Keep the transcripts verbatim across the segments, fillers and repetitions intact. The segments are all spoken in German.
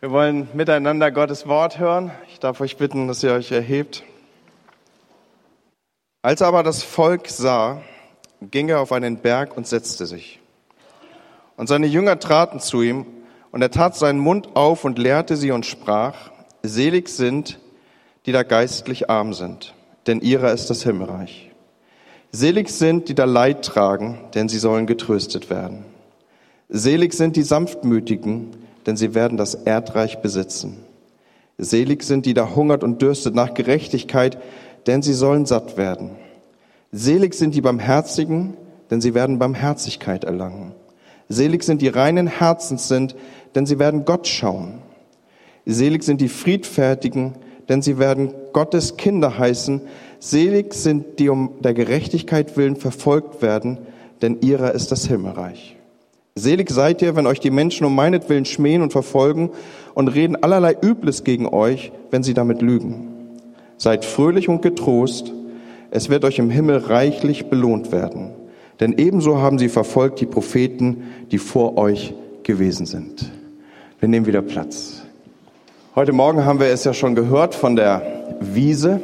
Wir wollen miteinander Gottes Wort hören. Ich darf euch bitten, dass ihr euch erhebt. Als aber das Volk sah, ging er auf einen Berg und setzte sich. Und seine Jünger traten zu ihm, und er tat seinen Mund auf und lehrte sie und sprach: Selig sind, die da geistlich arm sind, denn ihrer ist das Himmelreich. Selig sind, die da Leid tragen, denn sie sollen getröstet werden. Selig sind die Sanftmütigen, denn sie werden das Erdreich besitzen. Selig sind, die da hungert und dürstet nach Gerechtigkeit, denn sie sollen satt werden. Selig sind die Barmherzigen, denn sie werden Barmherzigkeit erlangen. Selig sind die reinen Herzens sind, denn sie werden Gott schauen. Selig sind die Friedfertigen, denn sie werden Gottes Kinder heißen. Selig sind, die um der Gerechtigkeit willen verfolgt werden, denn ihrer ist das Himmelreich. Selig seid ihr, wenn euch die Menschen um meinetwillen schmähen und verfolgen und reden allerlei Übles gegen euch, wenn sie damit lügen. Seid fröhlich und getrost, es wird euch im Himmel reichlich belohnt werden. Denn ebenso haben sie verfolgt die Propheten, die vor euch gewesen sind. Wir nehmen wieder Platz. Heute Morgen haben wir es ja schon gehört von der Wiese,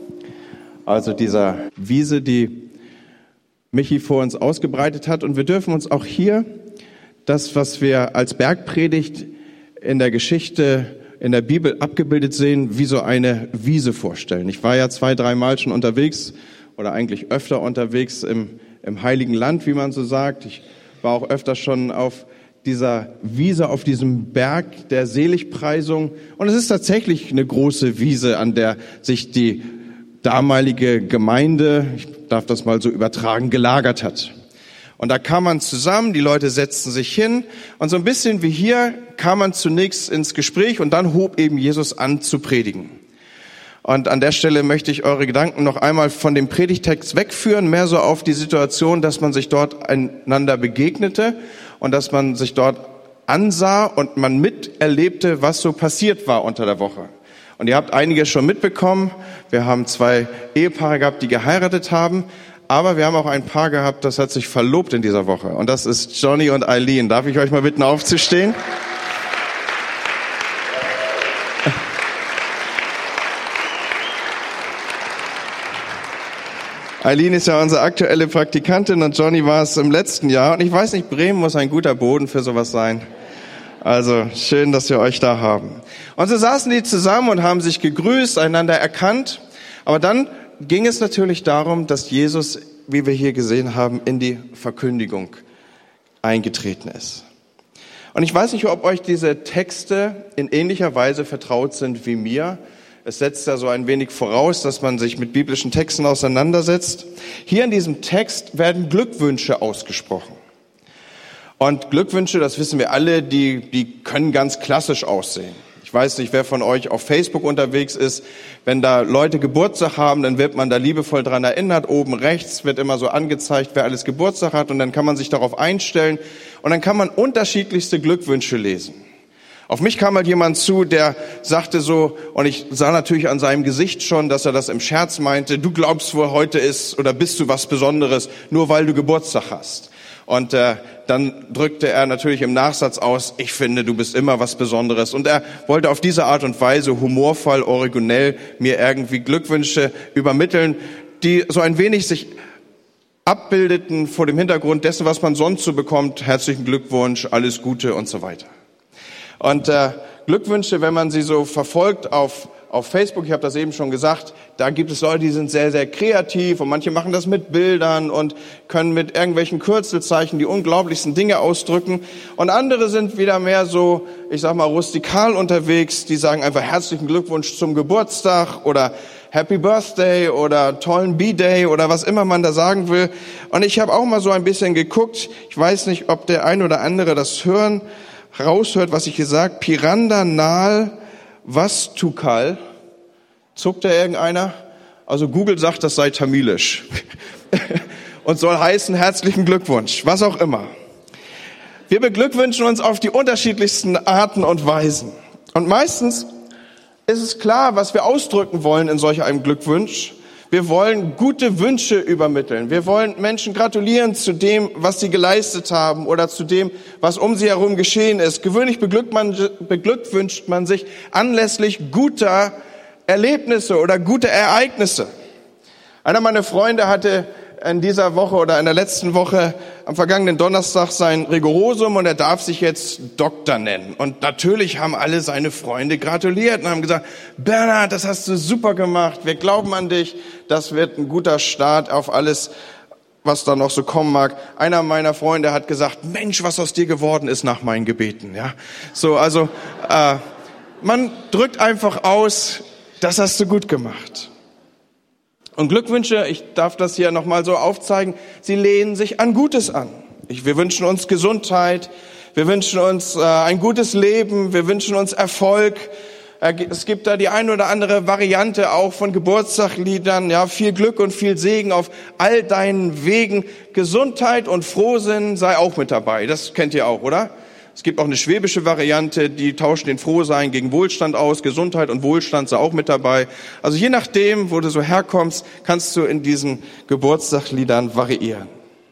also dieser Wiese, die Michi vor uns ausgebreitet hat. Und wir dürfen uns auch hier das, was wir als Bergpredigt in der Geschichte, in der Bibel abgebildet sehen, wie so eine Wiese vorstellen. Ich war ja zwei, dreimal schon unterwegs oder eigentlich öfter unterwegs im, im Heiligen Land, wie man so sagt. Ich war auch öfter schon auf dieser Wiese, auf diesem Berg der Seligpreisung. Und es ist tatsächlich eine große Wiese, an der sich die damalige Gemeinde, ich darf das mal so übertragen, gelagert hat. Und da kam man zusammen, die Leute setzten sich hin und so ein bisschen wie hier kam man zunächst ins Gespräch und dann hob eben Jesus an zu predigen. Und an der Stelle möchte ich eure Gedanken noch einmal von dem Predigtext wegführen, mehr so auf die Situation, dass man sich dort einander begegnete und dass man sich dort ansah und man miterlebte, was so passiert war unter der Woche. Und ihr habt einiges schon mitbekommen. Wir haben zwei Ehepaare gehabt, die geheiratet haben. Aber wir haben auch ein Paar gehabt, das hat sich verlobt in dieser Woche. Und das ist Johnny und Eileen. Darf ich euch mal bitten, aufzustehen? Eileen ist ja unsere aktuelle Praktikantin und Johnny war es im letzten Jahr. Und ich weiß nicht, Bremen muss ein guter Boden für sowas sein. Also schön, dass wir euch da haben. Und so saßen die zusammen und haben sich gegrüßt, einander erkannt. Aber dann ging es natürlich darum, dass Jesus, wie wir hier gesehen haben, in die Verkündigung eingetreten ist. Und ich weiß nicht, ob euch diese Texte in ähnlicher Weise vertraut sind wie mir. Es setzt ja so ein wenig voraus, dass man sich mit biblischen Texten auseinandersetzt. Hier in diesem Text werden Glückwünsche ausgesprochen. Und Glückwünsche, das wissen wir alle, die, die können ganz klassisch aussehen. Ich weiß nicht, wer von euch auf Facebook unterwegs ist. Wenn da Leute Geburtstag haben, dann wird man da liebevoll dran erinnert. Oben rechts wird immer so angezeigt, wer alles Geburtstag hat. Und dann kann man sich darauf einstellen. Und dann kann man unterschiedlichste Glückwünsche lesen. Auf mich kam halt jemand zu, der sagte so, und ich sah natürlich an seinem Gesicht schon, dass er das im Scherz meinte: Du glaubst wohl, heute ist oder bist du was Besonderes, nur weil du Geburtstag hast. Und äh, dann drückte er natürlich im Nachsatz aus: Ich finde, du bist immer was Besonderes. Und er wollte auf diese Art und Weise humorvoll, originell mir irgendwie Glückwünsche übermitteln, die so ein wenig sich abbildeten vor dem Hintergrund dessen, was man sonst so bekommt. Herzlichen Glückwunsch, alles Gute und so weiter. Und äh, Glückwünsche, wenn man sie so verfolgt auf auf Facebook, ich habe das eben schon gesagt, da gibt es Leute, die sind sehr, sehr kreativ und manche machen das mit Bildern und können mit irgendwelchen Kürzelzeichen die unglaublichsten Dinge ausdrücken. Und andere sind wieder mehr so, ich sag mal, rustikal unterwegs, die sagen einfach herzlichen Glückwunsch zum Geburtstag oder Happy Birthday oder tollen B-Day oder was immer man da sagen will. Und ich habe auch mal so ein bisschen geguckt, ich weiß nicht, ob der ein oder andere das hören, raushört, was ich hier sage, Piranda Nal Vastukal. Zuckt da irgendeiner? Also Google sagt, das sei tamilisch. Und soll heißen, herzlichen Glückwunsch, was auch immer. Wir beglückwünschen uns auf die unterschiedlichsten Arten und Weisen. Und meistens ist es klar, was wir ausdrücken wollen in solch einem Glückwunsch. Wir wollen gute Wünsche übermitteln. Wir wollen Menschen gratulieren zu dem, was sie geleistet haben oder zu dem, was um sie herum geschehen ist. Gewöhnlich beglückt man, beglückwünscht man sich anlässlich guter Erlebnisse oder guter Ereignisse. Einer meiner Freunde hatte in dieser Woche oder in der letzten Woche am vergangenen Donnerstag sein Rigorosum und er darf sich jetzt Doktor nennen. Und natürlich haben alle seine Freunde gratuliert und haben gesagt, Bernhard, das hast du super gemacht, wir glauben an dich, das wird ein guter Start auf alles, was da noch so kommen mag. Einer meiner Freunde hat gesagt, Mensch, was aus dir geworden ist nach meinen Gebeten. Ja, so, also äh, man drückt einfach aus, das hast du gut gemacht. Und Glückwünsche, ich darf das hier nochmal so aufzeigen, sie lehnen sich an Gutes an. Ich, wir wünschen uns Gesundheit, wir wünschen uns äh, ein gutes Leben, wir wünschen uns Erfolg. Äh, es gibt da die eine oder andere Variante auch von Geburtstagsliedern, ja, viel Glück und viel Segen auf all deinen Wegen. Gesundheit und Frohsinn sei auch mit dabei, das kennt ihr auch, oder? Es gibt auch eine schwäbische Variante, die tauschen den Frohsein gegen Wohlstand aus. Gesundheit und Wohlstand sei auch mit dabei. Also je nachdem, wo du so herkommst, kannst du in diesen Geburtstagsliedern variieren.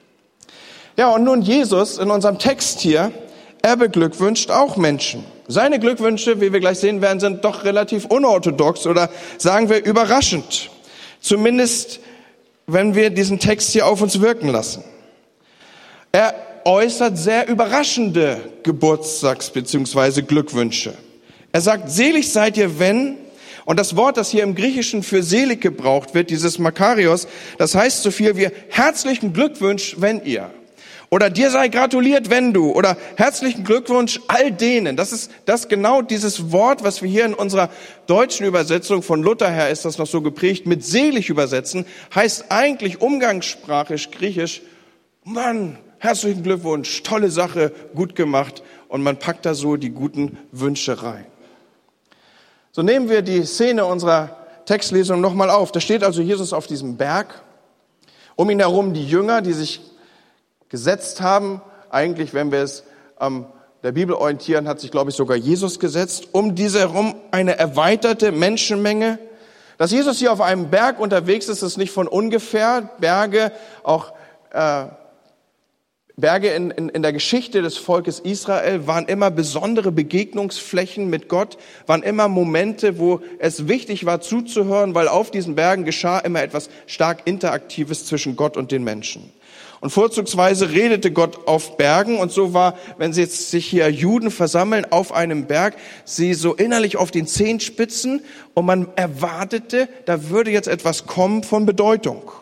Ja, und nun Jesus in unserem Text hier, er beglückwünscht auch Menschen. Seine Glückwünsche, wie wir gleich sehen werden, sind doch relativ unorthodox oder sagen wir überraschend. Zumindest, wenn wir diesen Text hier auf uns wirken lassen. Er äußert sehr überraschende Geburtstags- bzw. Glückwünsche. Er sagt, selig seid ihr, wenn, und das Wort, das hier im Griechischen für selig gebraucht wird, dieses Makarios, das heißt so viel wie herzlichen Glückwunsch, wenn ihr. Oder dir sei gratuliert, wenn du. Oder herzlichen Glückwunsch all denen. Das ist das genau dieses Wort, was wir hier in unserer deutschen Übersetzung von Luther her, ist das noch so geprägt, mit selig übersetzen, heißt eigentlich umgangssprachisch griechisch, Mann, herzlichen Glückwunsch, tolle Sache, gut gemacht. Und man packt da so die guten Wünsche rein. So nehmen wir die Szene unserer Textlesung nochmal auf. Da steht also Jesus auf diesem Berg. Um ihn herum die Jünger, die sich gesetzt haben. Eigentlich, wenn wir es an der Bibel orientieren, hat sich, glaube ich, sogar Jesus gesetzt. Um diese herum eine erweiterte Menschenmenge. Dass Jesus hier auf einem Berg unterwegs ist, ist nicht von ungefähr. Berge, auch äh, Berge in, in, in der Geschichte des Volkes Israel waren immer besondere Begegnungsflächen mit Gott, waren immer Momente, wo es wichtig war zuzuhören, weil auf diesen Bergen geschah immer etwas stark Interaktives zwischen Gott und den Menschen. Und vorzugsweise redete Gott auf Bergen und so war, wenn sie jetzt sich hier Juden versammeln auf einem Berg, sie so innerlich auf den Zehenspitzen und man erwartete, da würde jetzt etwas kommen von Bedeutung.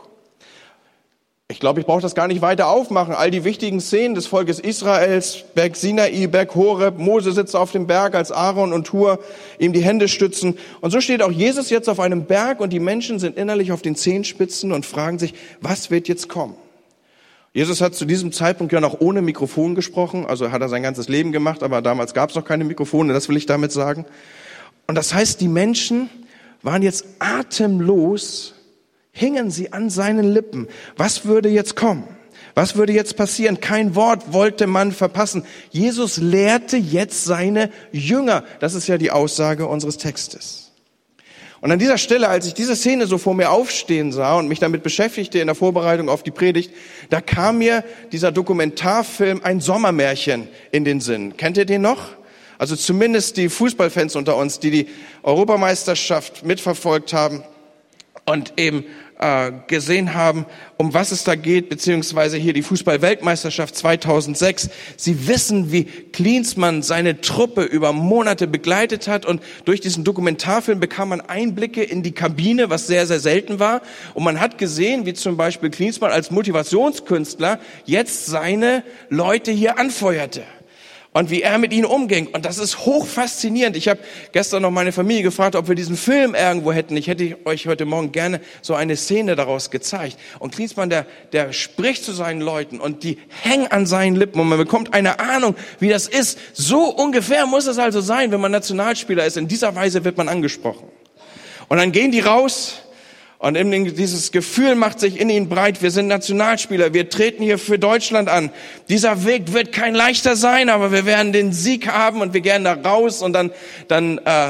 Ich glaube, ich brauche das gar nicht weiter aufmachen. All die wichtigen Szenen des Volkes Israels, Berg Sinai, Berg Horeb, Mose sitzt auf dem Berg, als Aaron und Hur ihm die Hände stützen. Und so steht auch Jesus jetzt auf einem Berg und die Menschen sind innerlich auf den Zehenspitzen und fragen sich, was wird jetzt kommen? Jesus hat zu diesem Zeitpunkt ja noch ohne Mikrofon gesprochen, also hat er sein ganzes Leben gemacht, aber damals gab es noch keine Mikrofone, das will ich damit sagen. Und das heißt, die Menschen waren jetzt atemlos, hingen sie an seinen Lippen. Was würde jetzt kommen? Was würde jetzt passieren? Kein Wort wollte man verpassen. Jesus lehrte jetzt seine Jünger. Das ist ja die Aussage unseres Textes. Und an dieser Stelle, als ich diese Szene so vor mir aufstehen sah und mich damit beschäftigte in der Vorbereitung auf die Predigt, da kam mir dieser Dokumentarfilm Ein Sommermärchen in den Sinn. Kennt ihr den noch? Also zumindest die Fußballfans unter uns, die die Europameisterschaft mitverfolgt haben und eben äh, gesehen haben, um was es da geht, beziehungsweise hier die Fußball-Weltmeisterschaft zweitausendsechs. Sie wissen, wie Klinsmann seine Truppe über Monate begleitet hat und durch diesen Dokumentarfilm bekam man Einblicke in die Kabine, was sehr, sehr selten war. Und man hat gesehen, wie zum Beispiel Klinsmann als Motivationskünstler jetzt seine Leute hier anfeuerte. Und wie er mit ihnen umging. Und das ist hoch faszinierend. Ich habe gestern noch meine Familie gefragt, ob wir diesen Film irgendwo hätten. Ich hätte euch heute Morgen gerne so eine Szene daraus gezeigt. Und Klinsmann, der, der spricht zu seinen Leuten und die hängen an seinen Lippen und man bekommt eine Ahnung, wie das ist. So ungefähr muss es also sein, wenn man Nationalspieler ist. In dieser Weise wird man angesprochen. Und dann gehen die raus. Und dieses Gefühl macht sich in ihnen breit, wir sind Nationalspieler, wir treten hier für Deutschland an. Dieser Weg wird kein leichter sein, aber wir werden den Sieg haben und wir gehen da raus und dann, dann äh,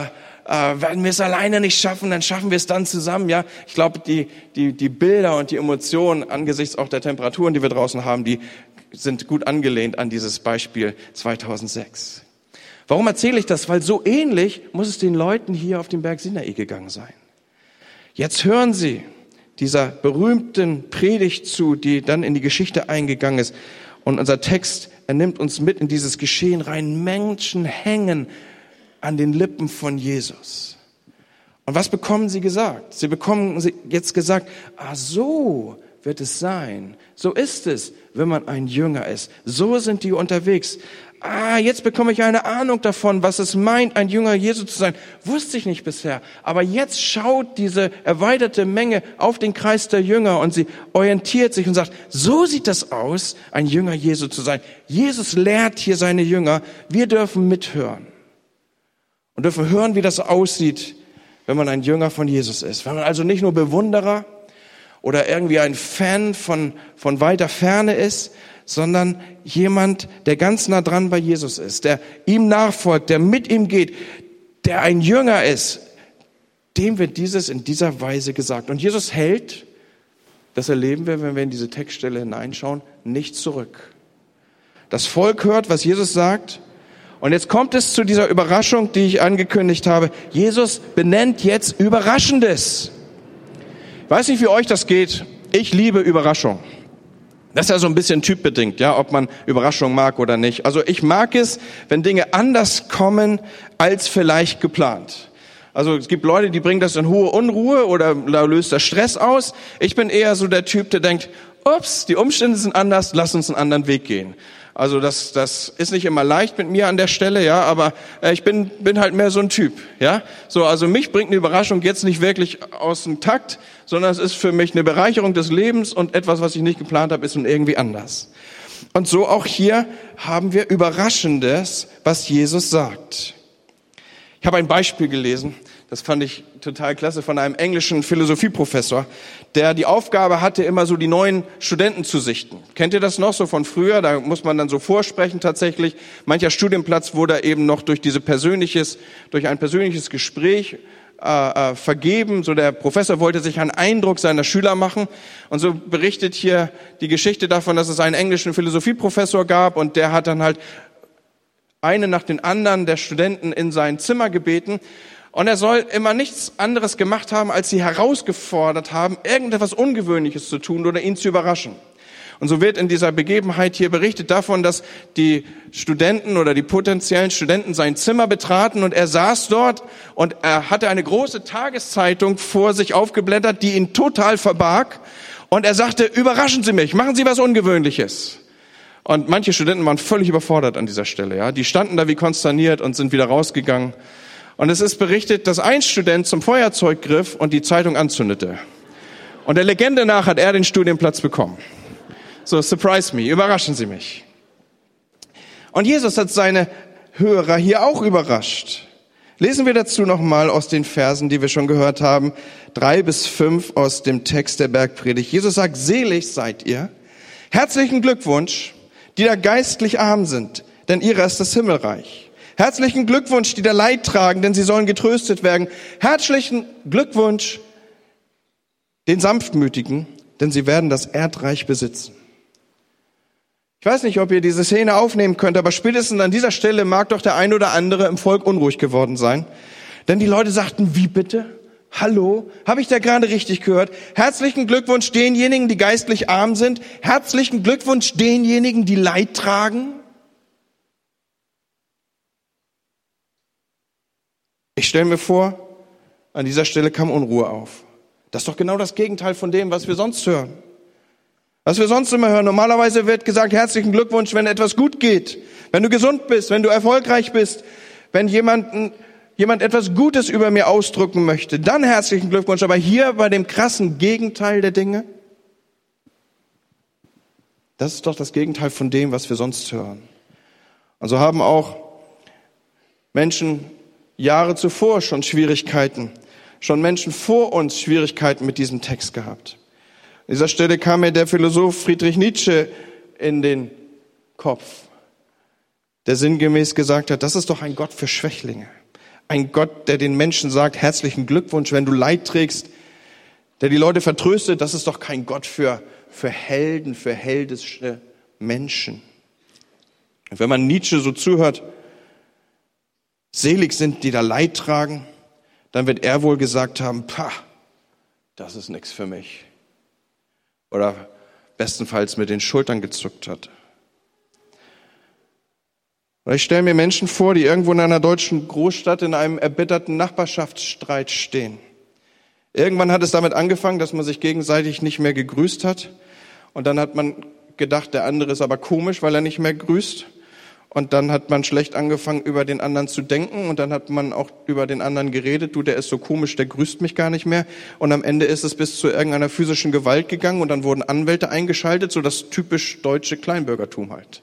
äh, werden wir es alleine nicht schaffen, dann schaffen wir es dann zusammen. Ja, ich glaube, die die die Bilder und die Emotionen angesichts auch der Temperaturen, die wir draußen haben, die sind gut angelehnt an dieses Beispiel zweitausendsechs. Warum erzähle ich das? Weil so ähnlich muss es den Leuten hier auf dem Berg Sinai gegangen sein. Jetzt hören sie dieser berühmten Predigt zu, die dann in die Geschichte eingegangen ist. Und unser Text, er nimmt uns mit in dieses Geschehen rein. Menschen hängen an den Lippen von Jesus. Und was bekommen sie gesagt? Sie bekommen jetzt gesagt, ah, so wird es sein. So ist es, wenn man ein Jünger ist. So sind die unterwegs. Ah, jetzt bekomme ich eine Ahnung davon, was es meint, ein Jünger Jesu zu sein. Wusste ich nicht bisher. Aber jetzt schaut diese erweiterte Menge auf den Kreis der Jünger und sie orientiert sich und sagt, so sieht das aus, ein Jünger Jesu zu sein. Jesus lehrt hier seine Jünger. Wir dürfen mithören. Und dürfen hören, wie das aussieht, wenn man ein Jünger von Jesus ist. Wenn man also nicht nur Bewunderer oder irgendwie ein Fan von, von weiter Ferne ist, sondern jemand, der ganz nah dran bei Jesus ist, der ihm nachfolgt, der mit ihm geht, der ein Jünger ist, dem wird dieses in dieser Weise gesagt. Und Jesus hält, das erleben wir, wenn wir in diese Textstelle hineinschauen, nicht zurück. Das Volk hört, was Jesus sagt. Und jetzt kommt es zu dieser Überraschung, die ich angekündigt habe. Jesus benennt jetzt Überraschendes. Ich weiß nicht, wie euch das geht. Ich liebe Überraschung. Das ist ja so ein bisschen typbedingt, ja, ob man Überraschungen mag oder nicht. Also ich mag es, wenn Dinge anders kommen als vielleicht geplant. Also es gibt Leute, die bringen das in hohe Unruhe oder da löst das Stress aus. Ich bin eher so der Typ, der denkt, ups, die Umstände sind anders, lass uns einen anderen Weg gehen. Also das, das ist nicht immer leicht mit mir an der Stelle, ja, aber äh, ich bin, bin halt mehr so ein Typ, ja. So, also mich bringt eine Überraschung jetzt nicht wirklich aus dem Takt, sondern es ist für mich eine Bereicherung des Lebens und etwas, was ich nicht geplant habe, ist nun irgendwie anders. Und so auch hier haben wir Überraschendes, was Jesus sagt. Ich habe ein Beispiel gelesen, das fand ich total klasse, von einem englischen Philosophieprofessor, der die Aufgabe hatte, immer so die neuen Studenten zu sichten. Kennt ihr das noch so von früher? Da muss man dann so vorsprechen tatsächlich. Mancher Studienplatz wurde eben noch durch diese persönliches, durch ein persönliches Gespräch äh, äh, vergeben. So der Professor wollte sich einen Eindruck seiner Schüler machen. Und so berichtet hier die Geschichte davon, dass es einen englischen Philosophieprofessor gab und der hat dann halt einen nach den anderen der Studenten in sein Zimmer gebeten. Und er soll immer nichts anderes gemacht haben, als sie herausgefordert haben, irgendetwas Ungewöhnliches zu tun oder ihn zu überraschen. Und so wird in dieser Begebenheit hier berichtet davon, dass die Studenten oder die potenziellen Studenten sein Zimmer betraten und er saß dort und er hatte eine große Tageszeitung vor sich aufgeblättert, die ihn total verbarg. Und er sagte, überraschen Sie mich, machen Sie was Ungewöhnliches. Und manche Studenten waren völlig überfordert an dieser Stelle. Ja, die standen da wie konsterniert und sind wieder rausgegangen. Und es ist berichtet, dass ein Student zum Feuerzeug griff und die Zeitung anzündete. Und der Legende nach hat er den Studienplatz bekommen. So, surprise me, überraschen Sie mich. Und Jesus hat seine Hörer hier auch überrascht. Lesen wir dazu nochmal aus den Versen, die wir schon gehört haben, drei bis fünf aus dem Text der Bergpredigt. Jesus sagt, selig seid ihr, herzlichen Glückwunsch, die da geistlich arm sind, denn ihrer ist das Himmelreich. Herzlichen Glückwunsch, die da Leid tragen, denn sie sollen getröstet werden. Herzlichen Glückwunsch den Sanftmütigen, denn sie werden das Erdreich besitzen. Ich weiß nicht, ob ihr diese Szene aufnehmen könnt, aber spätestens an dieser Stelle mag doch der ein oder andere im Volk unruhig geworden sein. Denn die Leute sagten, wie bitte? Hallo? Habe ich da gerade richtig gehört? Herzlichen Glückwunsch denjenigen, die geistlich arm sind. Herzlichen Glückwunsch denjenigen, die Leid tragen. Ich stelle mir vor, an dieser Stelle kam Unruhe auf. Das ist doch genau das Gegenteil von dem, was wir sonst hören. Was wir sonst immer hören. Normalerweise wird gesagt, herzlichen Glückwunsch, wenn etwas gut geht, wenn du gesund bist, wenn du erfolgreich bist, wenn jemanden, jemand etwas Gutes über mir ausdrücken möchte, dann herzlichen Glückwunsch. Aber hier bei dem krassen Gegenteil der Dinge, das ist doch das Gegenteil von dem, was wir sonst hören. Und so haben auch Menschen Jahre zuvor schon Schwierigkeiten, schon Menschen vor uns Schwierigkeiten mit diesem Text gehabt. An dieser Stelle kam mir der Philosoph Friedrich Nietzsche in den Kopf, der sinngemäß gesagt hat, das ist doch ein Gott für Schwächlinge. ein Gott, der den Menschen sagt, herzlichen Glückwunsch, wenn du Leid trägst, der die Leute vertröstet. Das ist doch kein Gott für, für Helden, für heldische Menschen. Und wenn man Nietzsche so zuhört, selig sind, die da Leid tragen, dann wird er wohl gesagt haben, pah, das ist nichts für mich. Oder bestenfalls mit den Schultern gezuckt hat. Oder ich stelle mir Menschen vor, die irgendwo in einer deutschen Großstadt in einem erbitterten Nachbarschaftsstreit stehen. Irgendwann hat es damit angefangen, dass man sich gegenseitig nicht mehr gegrüßt hat. Und dann hat man gedacht, der andere ist aber komisch, weil er nicht mehr grüßt. Und dann hat man schlecht angefangen, über den anderen zu denken. Und dann hat man auch über den anderen geredet. Du, der ist so komisch, der grüßt mich gar nicht mehr. Und am Ende ist es bis zu irgendeiner physischen Gewalt gegangen. Und dann wurden Anwälte eingeschaltet, so das typisch deutsche Kleinbürgertum halt.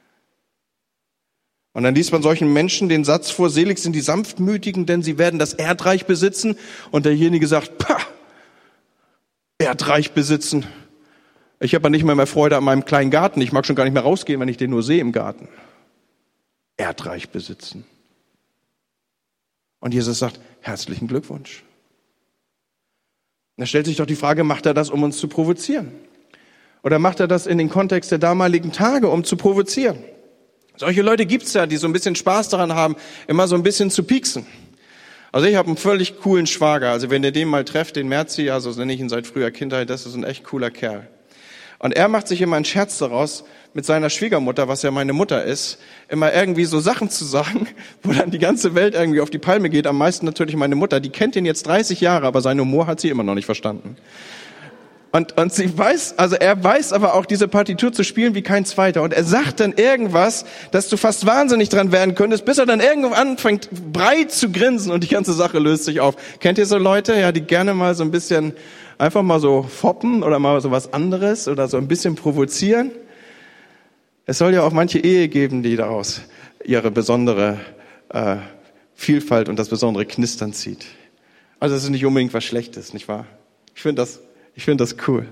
Und dann liest man solchen Menschen den Satz vor, selig sind die Sanftmütigen, denn sie werden das Erdreich besitzen. Und derjenige sagt, pah, Erdreich besitzen. Ich habe ja nicht mehr mehr Freude an meinem kleinen Garten. Ich mag schon gar nicht mehr rausgehen, wenn ich den nur sehe im Garten. Erdreich besitzen. Und Jesus sagt, herzlichen Glückwunsch. Und da stellt sich doch die Frage, macht er das, um uns zu provozieren? Oder macht er das in den Kontext der damaligen Tage, um zu provozieren? Solche Leute gibt's ja, die so ein bisschen Spaß daran haben, immer so ein bisschen zu pieksen. Also ich habe einen völlig coolen Schwager. Also wenn ihr den mal trefft, den Merzi, also so nenne ich ihn seit früher Kindheit, das ist ein echt cooler Kerl. Und er macht sich immer einen Scherz daraus, mit seiner Schwiegermutter, was ja meine Mutter ist, immer irgendwie so Sachen zu sagen, wo dann die ganze Welt irgendwie auf die Palme geht. Am meisten natürlich meine Mutter. Die kennt ihn jetzt dreißig Jahre, aber seinen Humor hat sie immer noch nicht verstanden. Und, und sie weiß, also er weiß aber auch, diese Partitur zu spielen wie kein Zweiter. Und er sagt dann irgendwas, dass du fast wahnsinnig dran werden könntest, bis er dann irgendwo anfängt, breit zu grinsen und die ganze Sache löst sich auf. Kennt ihr so Leute, ja, die gerne mal so ein bisschen, einfach mal so foppen oder mal so was anderes oder so ein bisschen provozieren? Es soll ja auch manche Ehe geben, die daraus ihre besondere äh, Vielfalt und das besondere Knistern zieht. Also es ist nicht unbedingt was Schlechtes, nicht wahr? Ich finde das Ich finde das cool.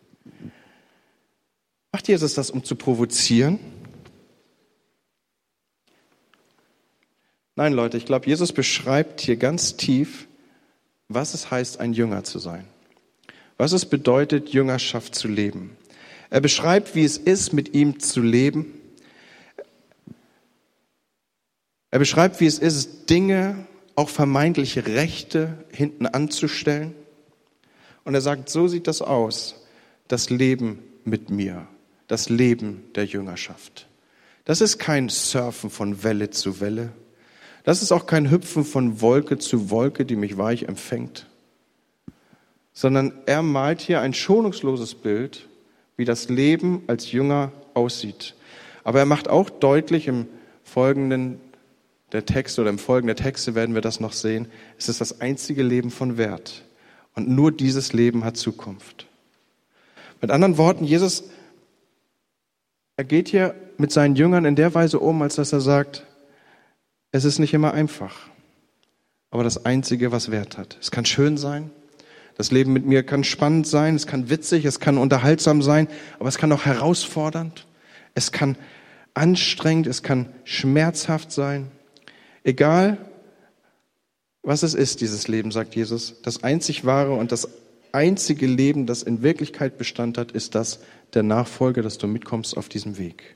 Macht Jesus das, um zu provozieren? Nein, Leute, ich glaube, Jesus beschreibt hier ganz tief, was es heißt, ein Jünger zu sein. Was es bedeutet, Jüngerschaft zu leben. Er beschreibt, wie es ist, mit ihm zu leben. Er beschreibt, wie es ist, Dinge, auch vermeintliche Rechte hinten anzustellen. Und er sagt, so sieht das aus, das Leben mit mir, das Leben der Jüngerschaft. Das ist kein Surfen von Welle zu Welle. Das ist auch kein Hüpfen von Wolke zu Wolke, die mich weich empfängt. Sondern er malt hier ein schonungsloses Bild, wie das Leben als Jünger aussieht. Aber er macht auch deutlich im folgenden der Texte oder im Folgenden der Texte werden wir das noch sehen, es ist das einzige Leben von Wert. Und nur dieses Leben hat Zukunft. Mit anderen Worten, Jesus, er geht hier mit seinen Jüngern in der Weise um, als dass er sagt, es ist nicht immer einfach, aber das Einzige, was Wert hat. Es kann schön sein, das Leben mit mir kann spannend sein, es kann witzig, es kann unterhaltsam sein, aber es kann auch herausfordernd, es kann anstrengend, es kann schmerzhaft sein. Egal, was es ist, dieses Leben, sagt Jesus, das einzig wahre und das einzige Leben, das in Wirklichkeit Bestand hat, ist das der Nachfolge, dass du mitkommst auf diesem Weg.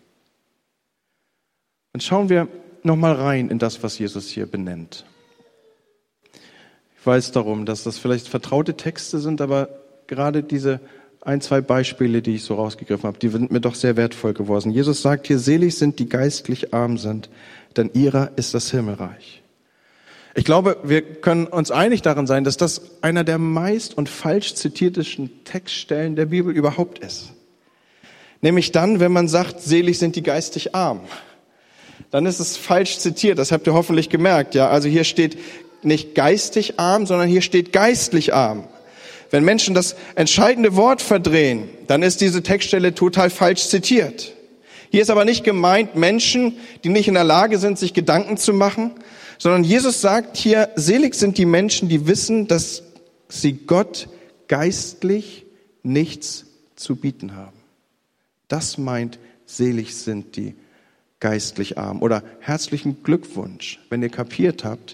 Und schauen wir nochmal rein in das, was Jesus hier benennt. Ich weiß darum, dass das vielleicht vertraute Texte sind, aber gerade diese ein, zwei Beispiele, die ich so rausgegriffen habe, die sind mir doch sehr wertvoll geworden. Jesus sagt hier, selig sind die geistlich arm sind, denn ihrer ist das Himmelreich. Ich glaube, wir können uns einig darin sein, dass das einer der meist und falsch zitiertesten Textstellen der Bibel überhaupt ist. Nämlich dann, wenn man sagt, selig sind die geistig arm. Dann ist es falsch zitiert, das habt ihr hoffentlich gemerkt. Ja, also hier steht nicht geistig arm, sondern hier steht geistlich arm. Wenn Menschen das entscheidende Wort verdrehen, dann ist diese Textstelle total falsch zitiert. Hier ist aber nicht gemeint Menschen, die nicht in der Lage sind, sich Gedanken zu machen, sondern Jesus sagt hier, selig sind die Menschen, die wissen, dass sie Gott geistlich nichts zu bieten haben. Das meint, selig sind die geistlich arm. Oder herzlichen Glückwunsch, wenn ihr kapiert habt,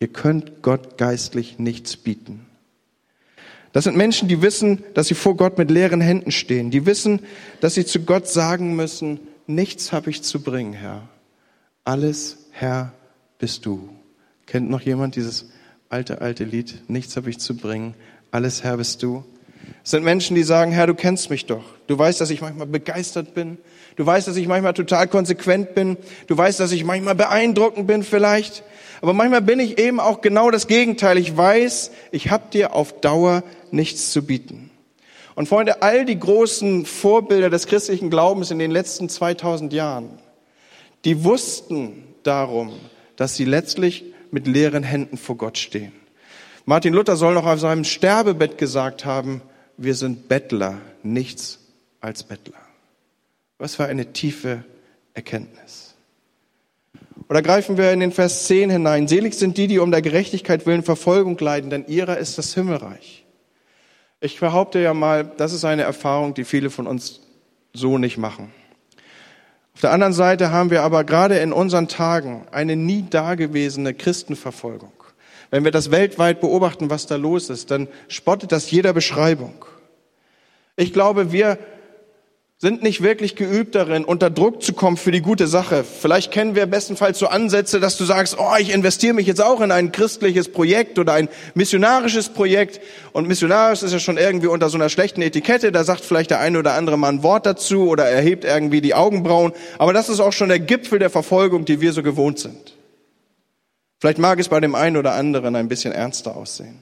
Ihr könnt Gott geistlich nichts bieten. Das sind Menschen, die wissen, dass sie vor Gott mit leeren Händen stehen. Die wissen, dass sie zu Gott sagen müssen, nichts habe ich zu bringen, Herr. Alles, Herr, bist du. Kennt noch jemand dieses alte, alte Lied? Nichts habe ich zu bringen, alles, Herr, bist du. Es sind Menschen, die sagen, Herr, du kennst mich doch. Du weißt, dass ich manchmal begeistert bin. Du weißt, dass ich manchmal total konsequent bin. Du weißt, dass ich manchmal beeindruckend bin vielleicht. Aber manchmal bin ich eben auch genau das Gegenteil. Ich weiß, ich habe dir auf Dauer nichts zu bieten. Und Freunde, all die großen Vorbilder des christlichen Glaubens in den letzten zweitausend Jahren, die wussten darum, dass sie letztlich mit leeren Händen vor Gott stehen. Martin Luther soll noch auf seinem Sterbebett gesagt haben, wir sind Bettler, nichts als Bettler. Was für eine tiefe Erkenntnis. Oder greifen wir in den Vers zehn hinein. Selig sind die, die um der Gerechtigkeit willen Verfolgung leiden, denn ihrer ist das Himmelreich. Ich behaupte ja mal, das ist eine Erfahrung, die viele von uns so nicht machen. Auf der anderen Seite haben wir aber gerade in unseren Tagen eine nie dagewesene Christenverfolgung. Wenn wir das weltweit beobachten, was da los ist, dann spottet das jeder Beschreibung. Ich glaube, wir sind nicht wirklich geübt darin, unter Druck zu kommen für die gute Sache. Vielleicht kennen wir bestenfalls so Ansätze, dass du sagst, oh, ich investiere mich jetzt auch in ein christliches Projekt oder ein missionarisches Projekt. Und missionarisch ist ja schon irgendwie unter so einer schlechten Etikette. Da sagt vielleicht der eine oder andere mal ein Wort dazu oder erhebt irgendwie die Augenbrauen. Aber das ist auch schon der Gipfel der Verfolgung, die wir so gewohnt sind. Vielleicht mag es bei dem einen oder anderen ein bisschen ernster aussehen.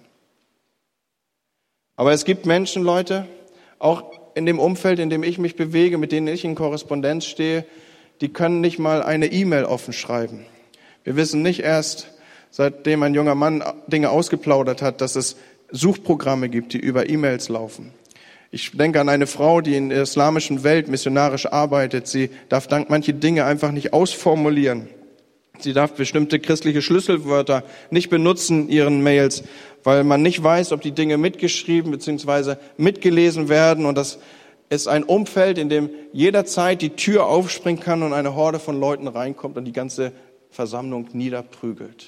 Aber es gibt Menschen, Leute, auch in dem Umfeld, in dem ich mich bewege, mit denen ich in Korrespondenz stehe, die können nicht mal eine E-Mail offen schreiben. Wir wissen nicht erst, seitdem ein junger Mann Dinge ausgeplaudert hat, dass es Suchprogramme gibt, die über E-Mails laufen. Ich denke an eine Frau, die in der islamischen Welt missionarisch arbeitet. Sie darf dank manche Dinge einfach nicht ausformulieren. Sie darf bestimmte christliche Schlüsselwörter nicht benutzen in ihren Mails, weil man nicht weiß, ob die Dinge mitgeschrieben bzw. mitgelesen werden. Und das ist ein Umfeld, in dem jederzeit die Tür aufspringen kann und eine Horde von Leuten reinkommt und die ganze Versammlung niederprügelt.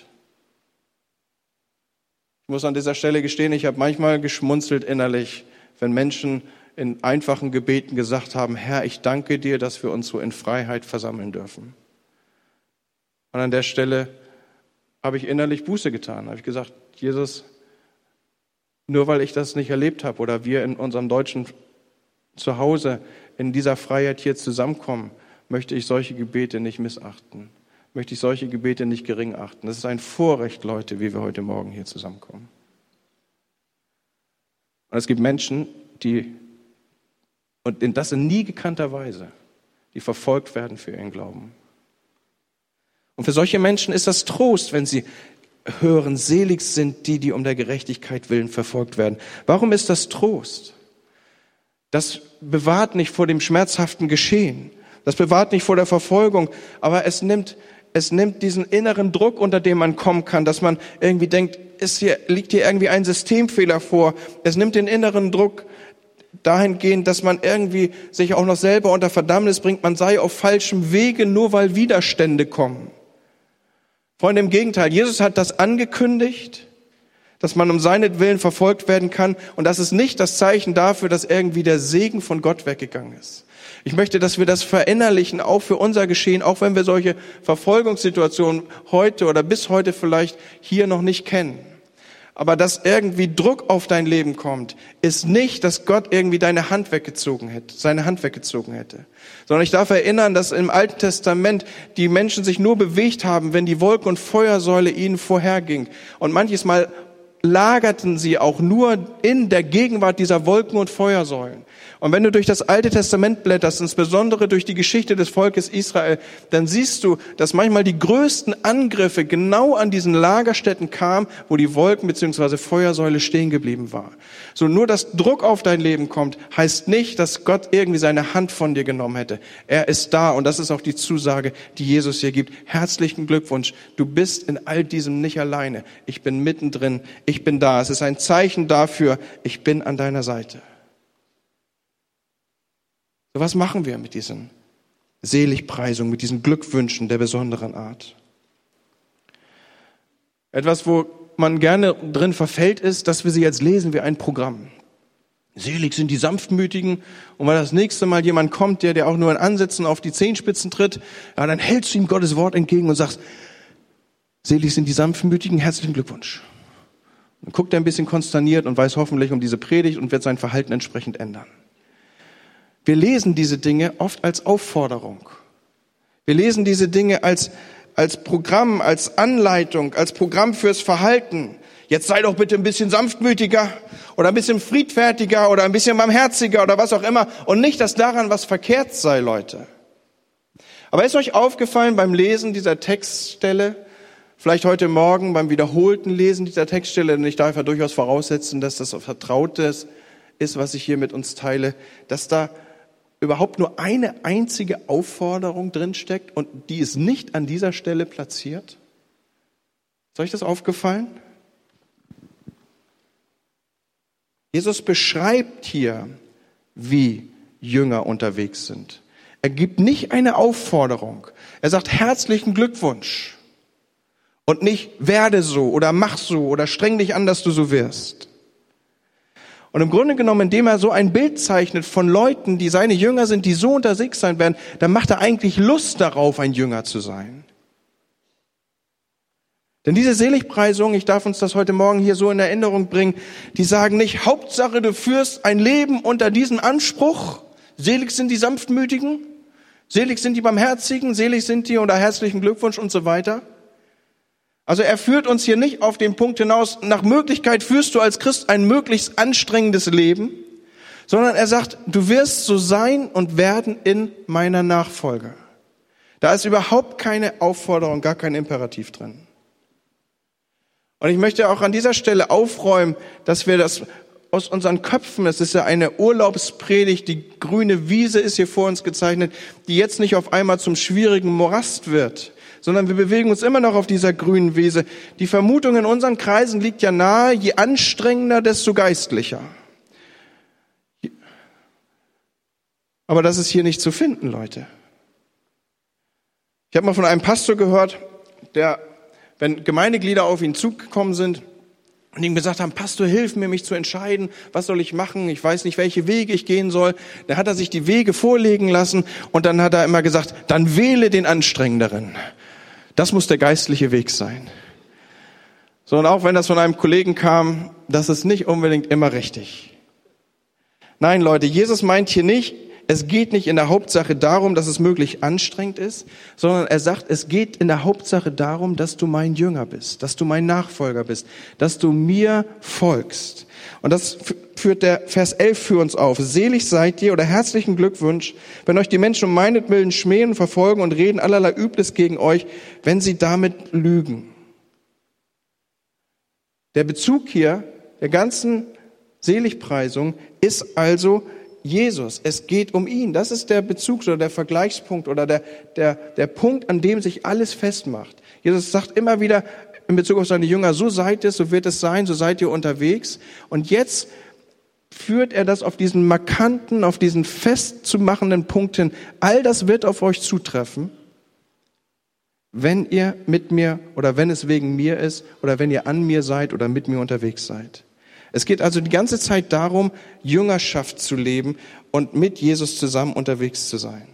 Ich muss an dieser Stelle gestehen, ich habe manchmal geschmunzelt innerlich, wenn Menschen in einfachen Gebeten gesagt haben, Herr, ich danke dir, dass wir uns so in Freiheit versammeln dürfen. Und an der Stelle habe ich innerlich Buße getan. Habe ich gesagt, Jesus, nur weil ich das nicht erlebt habe oder wir in unserem deutschen Zuhause in dieser Freiheit hier zusammenkommen, möchte ich solche Gebete nicht missachten. Möchte ich solche Gebete nicht gering achten. Das ist ein Vorrecht, Leute, wie wir heute Morgen hier zusammenkommen. Und es gibt Menschen, die, und das in nie gekannter Weise, die verfolgt werden für ihren Glauben. Und für solche Menschen ist das Trost, wenn sie hören, selig sind die, die um der Gerechtigkeit willen verfolgt werden. Warum ist das Trost? Das bewahrt nicht vor dem schmerzhaften Geschehen. Das bewahrt nicht vor der Verfolgung. Aber es nimmt, es nimmt diesen inneren Druck, unter dem man kommen kann, dass man irgendwie denkt, ist hier, liegt hier irgendwie ein Systemfehler vor. Es nimmt den inneren Druck dahingehend, dass man irgendwie sich auch noch selber unter Verdammnis bringt, man sei auf falschem Wege, nur weil Widerstände kommen. Freunde, im Gegenteil, Jesus hat das angekündigt, dass man um seinetwillen verfolgt werden kann. Und das ist nicht das Zeichen dafür, dass irgendwie der Segen von Gott weggegangen ist. Ich möchte, dass wir das verinnerlichen, auch für unser Geschehen, auch wenn wir solche Verfolgungssituationen heute oder bis heute vielleicht hier noch nicht kennen. Aber dass irgendwie Druck auf dein Leben kommt, ist nicht, dass Gott irgendwie deine Hand weggezogen hätte, seine Hand weggezogen hätte. Sondern ich darf erinnern, dass im Alten Testament die Menschen sich nur bewegt haben, wenn die Wolken- und Feuersäule ihnen vorherging. Und manches Mal lagerten sie auch nur in der Gegenwart dieser Wolken- und Feuersäulen. Und wenn du durch das Alte Testament blätterst, insbesondere durch die Geschichte des Volkes Israel, dann siehst du, dass manchmal die größten Angriffe genau an diesen Lagerstätten kamen, wo die Wolken- bzw. Feuersäule stehen geblieben war. So, nur dass Druck auf dein Leben kommt, heißt nicht, dass Gott irgendwie seine Hand von dir genommen hätte. Er ist da und das ist auch die Zusage, die Jesus hier gibt. Herzlichen Glückwunsch, du bist in all diesem nicht alleine. Ich bin mittendrin, ich bin da. Es ist ein Zeichen dafür, ich bin an deiner Seite. So, was machen wir mit diesen Seligpreisungen, mit diesen Glückwünschen der besonderen Art? Etwas, wo man gerne drin verfällt, ist, dass wir sie jetzt lesen wie ein Programm. Selig sind die Sanftmütigen. Und weil das nächste Mal jemand kommt, der dir auch nur in Ansätzen auf die Zehenspitzen tritt, ja, dann hältst du ihm Gottes Wort entgegen und sagst, selig sind die Sanftmütigen, herzlichen Glückwunsch. Dann guckt er ein bisschen konsterniert und weiß hoffentlich um diese Predigt und wird sein Verhalten entsprechend ändern. Wir lesen diese Dinge oft als Aufforderung. Wir lesen diese Dinge als, als Programm, als Anleitung, als Programm fürs Verhalten. Jetzt sei doch bitte ein bisschen sanftmütiger oder ein bisschen friedfertiger oder ein bisschen barmherziger oder was auch immer. Und nicht, dass daran was verkehrt sei, Leute. Aber ist euch aufgefallen beim Lesen dieser Textstelle, vielleicht heute Morgen beim wiederholten Lesen dieser Textstelle, denn ich darf ja durchaus voraussetzen, dass das Vertrautes ist, was ich hier mit uns teile, dass da überhaupt nur eine einzige Aufforderung drinsteckt und die ist nicht an dieser Stelle platziert? Ist euch das aufgefallen? Jesus beschreibt hier, wie Jünger unterwegs sind. Er gibt nicht eine Aufforderung. Er sagt herzlichen Glückwunsch und nicht werde so oder mach so oder streng dich an, dass du so wirst. Und im Grunde genommen, indem er so ein Bild zeichnet von Leuten, die seine Jünger sind, die so unterwegs sein werden, dann macht er eigentlich Lust darauf, ein Jünger zu sein. Denn diese Seligpreisung, ich darf uns das heute Morgen hier so in Erinnerung bringen, die sagen nicht, Hauptsache du führst ein Leben unter diesem Anspruch, selig sind die Sanftmütigen, selig sind die Barmherzigen, selig sind die oder herzlichen Glückwunsch und so weiter. Also er führt uns hier nicht auf den Punkt hinaus, nach Möglichkeit führst du als Christ ein möglichst anstrengendes Leben, sondern er sagt, du wirst so sein und werden in meiner Nachfolge. Da ist überhaupt keine Aufforderung, gar kein Imperativ drin. Und ich möchte auch an dieser Stelle aufräumen, dass wir das aus unseren Köpfen, es ist ja eine Urlaubspredigt, die grüne Wiese ist hier vor uns gezeichnet, die jetzt nicht auf einmal zum schwierigen Morast wird, sondern wir bewegen uns immer noch auf dieser grünen Wiese. Die Vermutung in unseren Kreisen liegt ja nahe, je anstrengender, desto geistlicher. Aber das ist hier nicht zu finden, Leute. Ich habe mal von einem Pastor gehört, der, wenn Gemeindeglieder auf ihn zugekommen sind und ihm gesagt haben, Pastor, hilf mir, mich zu entscheiden, was soll ich machen, ich weiß nicht, welche Wege ich gehen soll, dann hat er sich die Wege vorlegen lassen und dann hat er immer gesagt, dann wähle den anstrengenderen. Das muss der geistliche Weg sein. So, und auch wenn das von einem Kollegen kam, das ist nicht unbedingt immer richtig. Nein, Leute, Jesus meint hier nicht, es geht nicht in der Hauptsache darum, dass es möglich anstrengend ist, sondern er sagt, es geht in der Hauptsache darum, dass du mein Jünger bist, dass du mein Nachfolger bist, dass du mir folgst. Und das führt der Vers elf für uns auf. Selig seid ihr oder herzlichen Glückwunsch, wenn euch die Menschen um meinetwillen schmähen, verfolgen und reden allerlei Übles gegen euch, wenn sie damit lügen. Der Bezug hier der ganzen Seligpreisung ist also Jesus. Es geht um ihn. Das ist der Bezug oder der Vergleichspunkt oder der, der, der Punkt, an dem sich alles festmacht. Jesus sagt immer wieder in Bezug auf seine Jünger, so seid es, so wird es sein, so seid ihr unterwegs. Und jetzt führt er das auf diesen markanten, auf diesen festzumachenden Punkt hin. All das wird auf euch zutreffen, wenn ihr mit mir oder wenn es wegen mir ist oder wenn ihr an mir seid oder mit mir unterwegs seid. Es geht also die ganze Zeit darum, Jüngerschaft zu leben und mit Jesus zusammen unterwegs zu sein.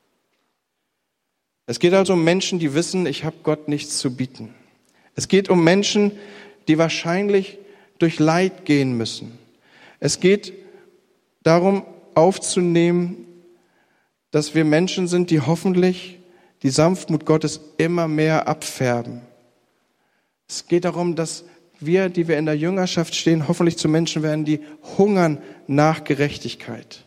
Es geht also um Menschen, die wissen, ich habe Gott nichts zu bieten. Es geht um Menschen, die wahrscheinlich durch Leid gehen müssen. Es geht darum, aufzunehmen, dass wir Menschen sind, die hoffentlich die Sanftmut Gottes immer mehr abfärben. Es geht darum, dass wir, die wir in der Jüngerschaft stehen, hoffentlich zu Menschen werden, die hungern nach Gerechtigkeit.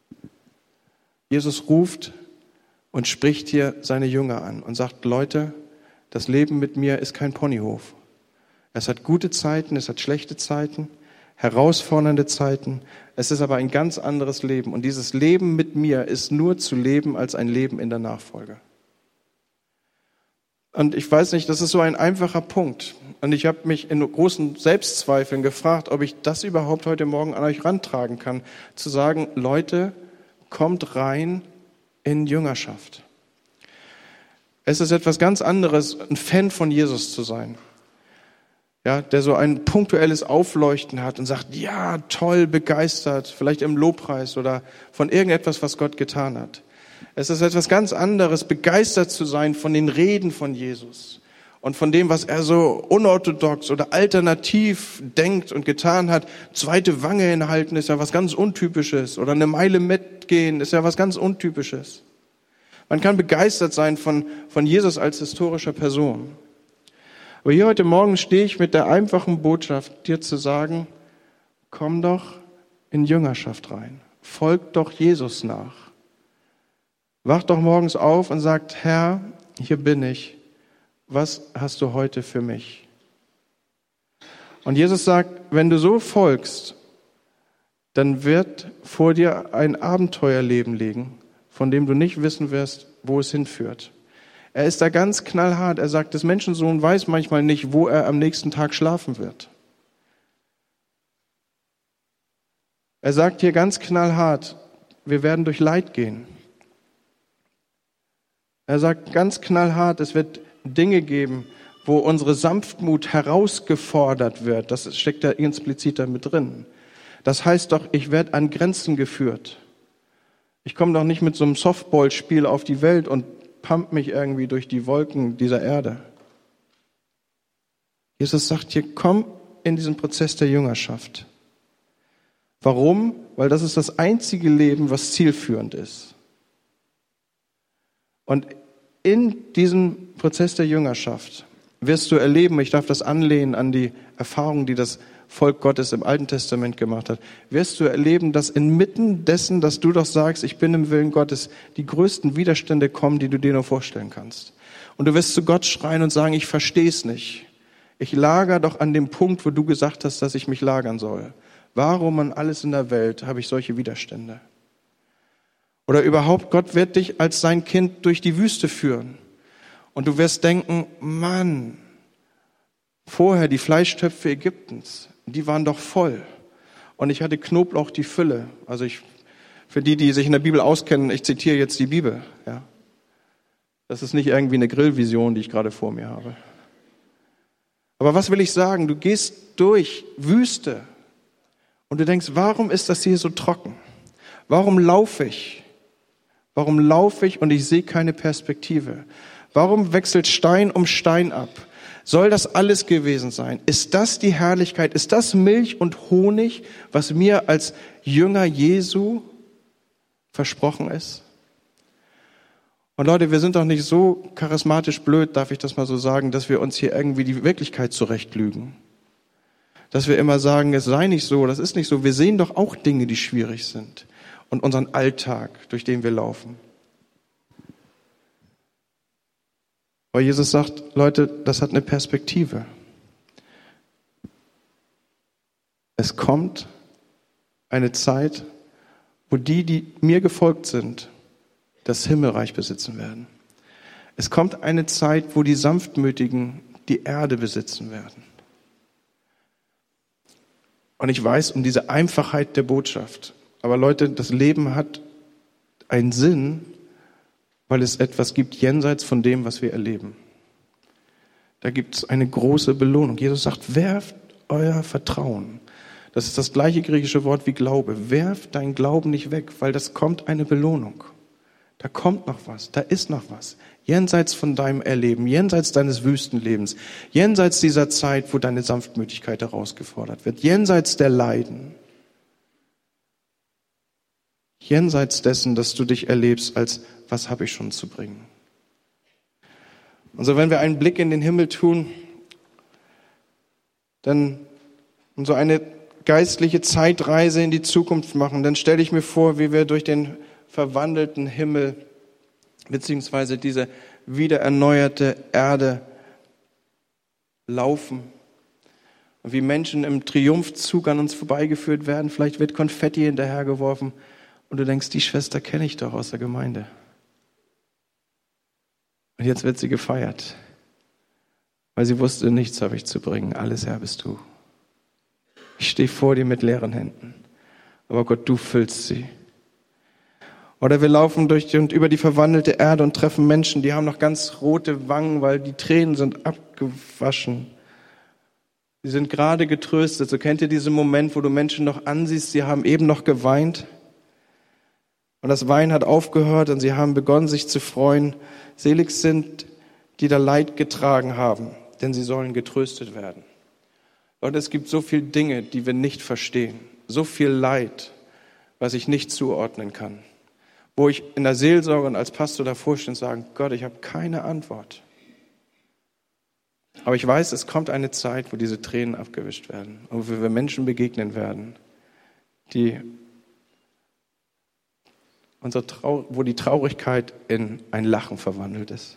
Jesus ruft und spricht hier seine Jünger an und sagt, Leute, das Leben mit mir ist kein Ponyhof. Es hat gute Zeiten, es hat schlechte Zeiten, herausfordernde Zeiten. Es ist aber ein ganz anderes Leben. Und dieses Leben mit mir ist nur zu leben als ein Leben in der Nachfolge. Und ich weiß nicht, das ist so ein einfacher Punkt. Und ich habe mich in großen Selbstzweifeln gefragt, ob ich das überhaupt heute Morgen an euch rantragen kann. Zu sagen, Leute, kommt rein in Jüngerschaft. Es ist etwas ganz anderes, ein Fan von Jesus zu sein. Ja, der so ein punktuelles Aufleuchten hat und sagt, ja, toll, begeistert, vielleicht im Lobpreis oder von irgendetwas, was Gott getan hat. Es ist etwas ganz anderes, begeistert zu sein von den Reden von Jesus und von dem, was er so unorthodox oder alternativ denkt und getan hat. Zweite Wange hinhalten ist ja was ganz Untypisches oder eine Meile mitgehen ist ja was ganz Untypisches. Man kann begeistert sein von, von Jesus als historischer Person. Aber hier heute Morgen stehe ich mit der einfachen Botschaft, dir zu sagen, komm doch in Jüngerschaft rein. Folg doch Jesus nach. Wach doch morgens auf und sagt, Herr, hier bin ich. Was hast du heute für mich? Und Jesus sagt, wenn du so folgst, dann wird vor dir ein Abenteuerleben liegen, von dem du nicht wissen wirst, wo es hinführt. Er ist da ganz knallhart. Er sagt, das Menschensohn weiß manchmal nicht, wo er am nächsten Tag schlafen wird. Er sagt hier ganz knallhart, wir werden durch Leid gehen. Er sagt ganz knallhart, es wird Dinge geben, wo unsere Sanftmut herausgefordert wird. Das steckt da implizit damit drin. Das heißt doch, ich werde an Grenzen geführt. Ich komme doch nicht mit so einem Softballspiel auf die Welt und pumpt mich irgendwie durch die Wolken dieser Erde. Jesus sagt hier, komm in diesen Prozess der Jüngerschaft. Warum? Weil das ist das einzige Leben, was zielführend ist. Und in diesem Prozess der Jüngerschaft wirst du erleben, ich darf das anlehnen an die Erfahrung, die das Volk Gottes im Alten Testament gemacht hat, wirst du erleben, dass inmitten dessen, dass du doch sagst, ich bin im Willen Gottes, die größten Widerstände kommen, die du dir nur vorstellen kannst. Und du wirst zu Gott schreien und sagen, ich verstehe es nicht. Ich lager doch an dem Punkt, wo du gesagt hast, dass ich mich lagern soll. Warum an alles in der Welt habe ich solche Widerstände? Oder überhaupt, Gott wird dich als sein Kind durch die Wüste führen. Und du wirst denken, Mann, vorher die Fleischtöpfe Ägyptens, die waren doch voll. Und ich hatte Knoblauch die Fülle. Also ich, für die, die sich in der Bibel auskennen, ich zitiere jetzt die Bibel. Ja. Das ist nicht irgendwie eine Grillvision, die ich gerade vor mir habe. Aber was will ich sagen? Du gehst durch Wüste und du denkst, warum ist das hier so trocken? Warum laufe ich? Warum laufe ich und ich sehe keine Perspektive? Warum wechselt Stein um Stein ab? Soll das alles gewesen sein? Ist das die Herrlichkeit? Ist das Milch und Honig, was mir als Jünger Jesu versprochen ist? Und Leute, wir sind doch nicht so charismatisch blöd, darf ich das mal so sagen, dass wir uns hier irgendwie die Wirklichkeit zurechtlügen. Dass wir immer sagen, es sei nicht so, das ist nicht so. Wir sehen doch auch Dinge, die schwierig sind. Und unseren Alltag, durch den wir laufen. Weil Jesus sagt, Leute, das hat eine Perspektive. Es kommt eine Zeit, wo die, die mir gefolgt sind, das Himmelreich besitzen werden. Es kommt eine Zeit, wo die Sanftmütigen die Erde besitzen werden. Und ich weiß um diese Einfachheit der Botschaft. Aber Leute, das Leben hat einen Sinn, weil es etwas gibt jenseits von dem, was wir erleben. Da gibt es eine große Belohnung. Jesus sagt, werft euer Vertrauen. Das ist das gleiche griechische Wort wie Glaube. Werft dein Glauben nicht weg, weil das kommt eine Belohnung. Da kommt noch was, da ist noch was. Jenseits von deinem Erleben, jenseits deines Wüstenlebens, jenseits dieser Zeit, wo deine Sanftmütigkeit herausgefordert wird, jenseits der Leiden. Jenseits dessen, dass du dich erlebst als, was habe ich schon zu bringen? Und so, wenn wir einen Blick in den Himmel tun, dann und so eine geistliche Zeitreise in die Zukunft machen, dann stelle ich mir vor, wie wir durch den verwandelten Himmel beziehungsweise diese wieder erneuerte Erde laufen. Und wie Menschen im Triumphzug an uns vorbeigeführt werden. Vielleicht wird Konfetti hinterhergeworfen. Und du denkst, die Schwester kenne ich doch aus der Gemeinde. Und jetzt wird sie gefeiert. Weil sie wusste, nichts habe ich zu bringen. Alles Herr bist du. Ich stehe vor dir mit leeren Händen. Aber Gott, du füllst sie. Oder wir laufen durch die, und über die verwandelte Erde und treffen Menschen, die haben noch ganz rote Wangen, weil die Tränen sind abgewaschen. Sie sind gerade getröstet. So kennt ihr diesen Moment, wo du Menschen noch ansiehst, sie haben eben noch geweint. Und das Weinen hat aufgehört und sie haben begonnen, sich zu freuen. Selig sind, die da Leid getragen haben, denn sie sollen getröstet werden. Und es gibt so viele Dinge, die wir nicht verstehen. So viel Leid, was ich nicht zuordnen kann. Wo ich in der Seelsorge und als Pastor davor stehe und sage, Gott, ich habe keine Antwort. Aber ich weiß, es kommt eine Zeit, wo diese Tränen abgewischt werden. Und wo wir Menschen begegnen werden, die unsere Trau- wo die Traurigkeit in ein Lachen verwandelt ist.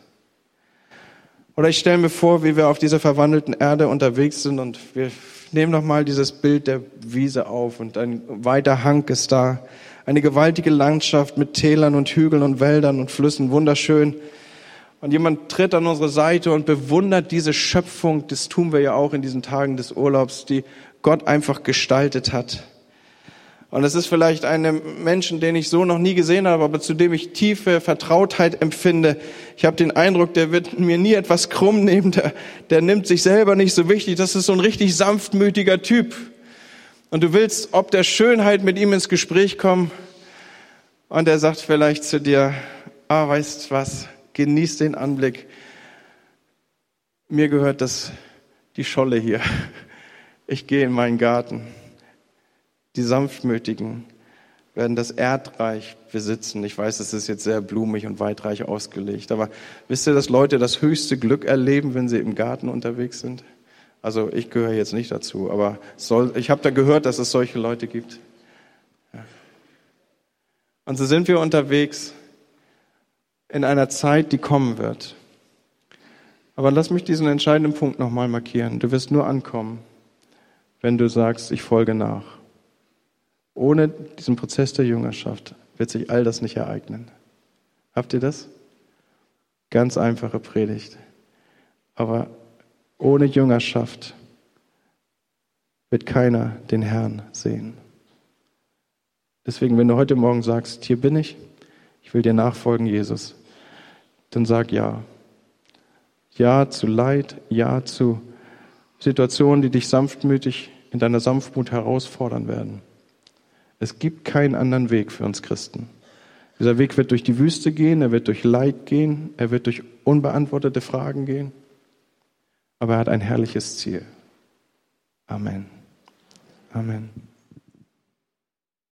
Oder ich stelle mir vor, wie wir auf dieser verwandelten Erde unterwegs sind und wir nehmen nochmal dieses Bild der Wiese auf und ein weiter Hang ist da. Eine gewaltige Landschaft mit Tälern und Hügeln und Wäldern und Flüssen, wunderschön. Und jemand tritt an unsere Seite und bewundert diese Schöpfung, das tun wir ja auch in diesen Tagen des Urlaubs, die Gott einfach gestaltet hat. Und es ist vielleicht ein Menschen, den ich so noch nie gesehen habe, aber zu dem ich tiefe Vertrautheit empfinde. Ich habe den Eindruck, der wird mir nie etwas krumm nehmen, der, der nimmt sich selber nicht so wichtig. Das ist so ein richtig sanftmütiger Typ. Und du willst ob der Schönheit mit ihm ins Gespräch kommen und er sagt vielleicht zu dir, ah, weißt was, genieß den Anblick. Mir gehört das, die Scholle hier. Ich gehe in meinen Garten. Die Sanftmütigen werden das Erdreich besitzen. Ich weiß, es ist jetzt sehr blumig und weitreich ausgelegt, aber wisst ihr, dass Leute das höchste Glück erleben, wenn sie im Garten unterwegs sind? Also ich gehöre jetzt nicht dazu, aber soll, ich habe da gehört, dass es solche Leute gibt. Ja. Und so sind wir unterwegs in einer Zeit, die kommen wird. Aber lass mich diesen entscheidenden Punkt nochmal markieren. Du wirst nur ankommen, wenn du sagst, ich folge nach. Ohne diesen Prozess der Jüngerschaft wird sich all das nicht ereignen. Habt ihr das? Ganz einfache Predigt. Aber ohne Jüngerschaft wird keiner den Herrn sehen. Deswegen, wenn du heute Morgen sagst, hier bin ich, ich will dir nachfolgen, Jesus, dann sag ja. Ja zu Leid, ja zu Situationen, die dich sanftmütig in deiner Sanftmut herausfordern werden. Es gibt keinen anderen Weg für uns Christen. Dieser Weg wird durch die Wüste gehen, er wird durch Leid gehen, er wird durch unbeantwortete Fragen gehen. Aber er hat ein herrliches Ziel. Amen. Amen.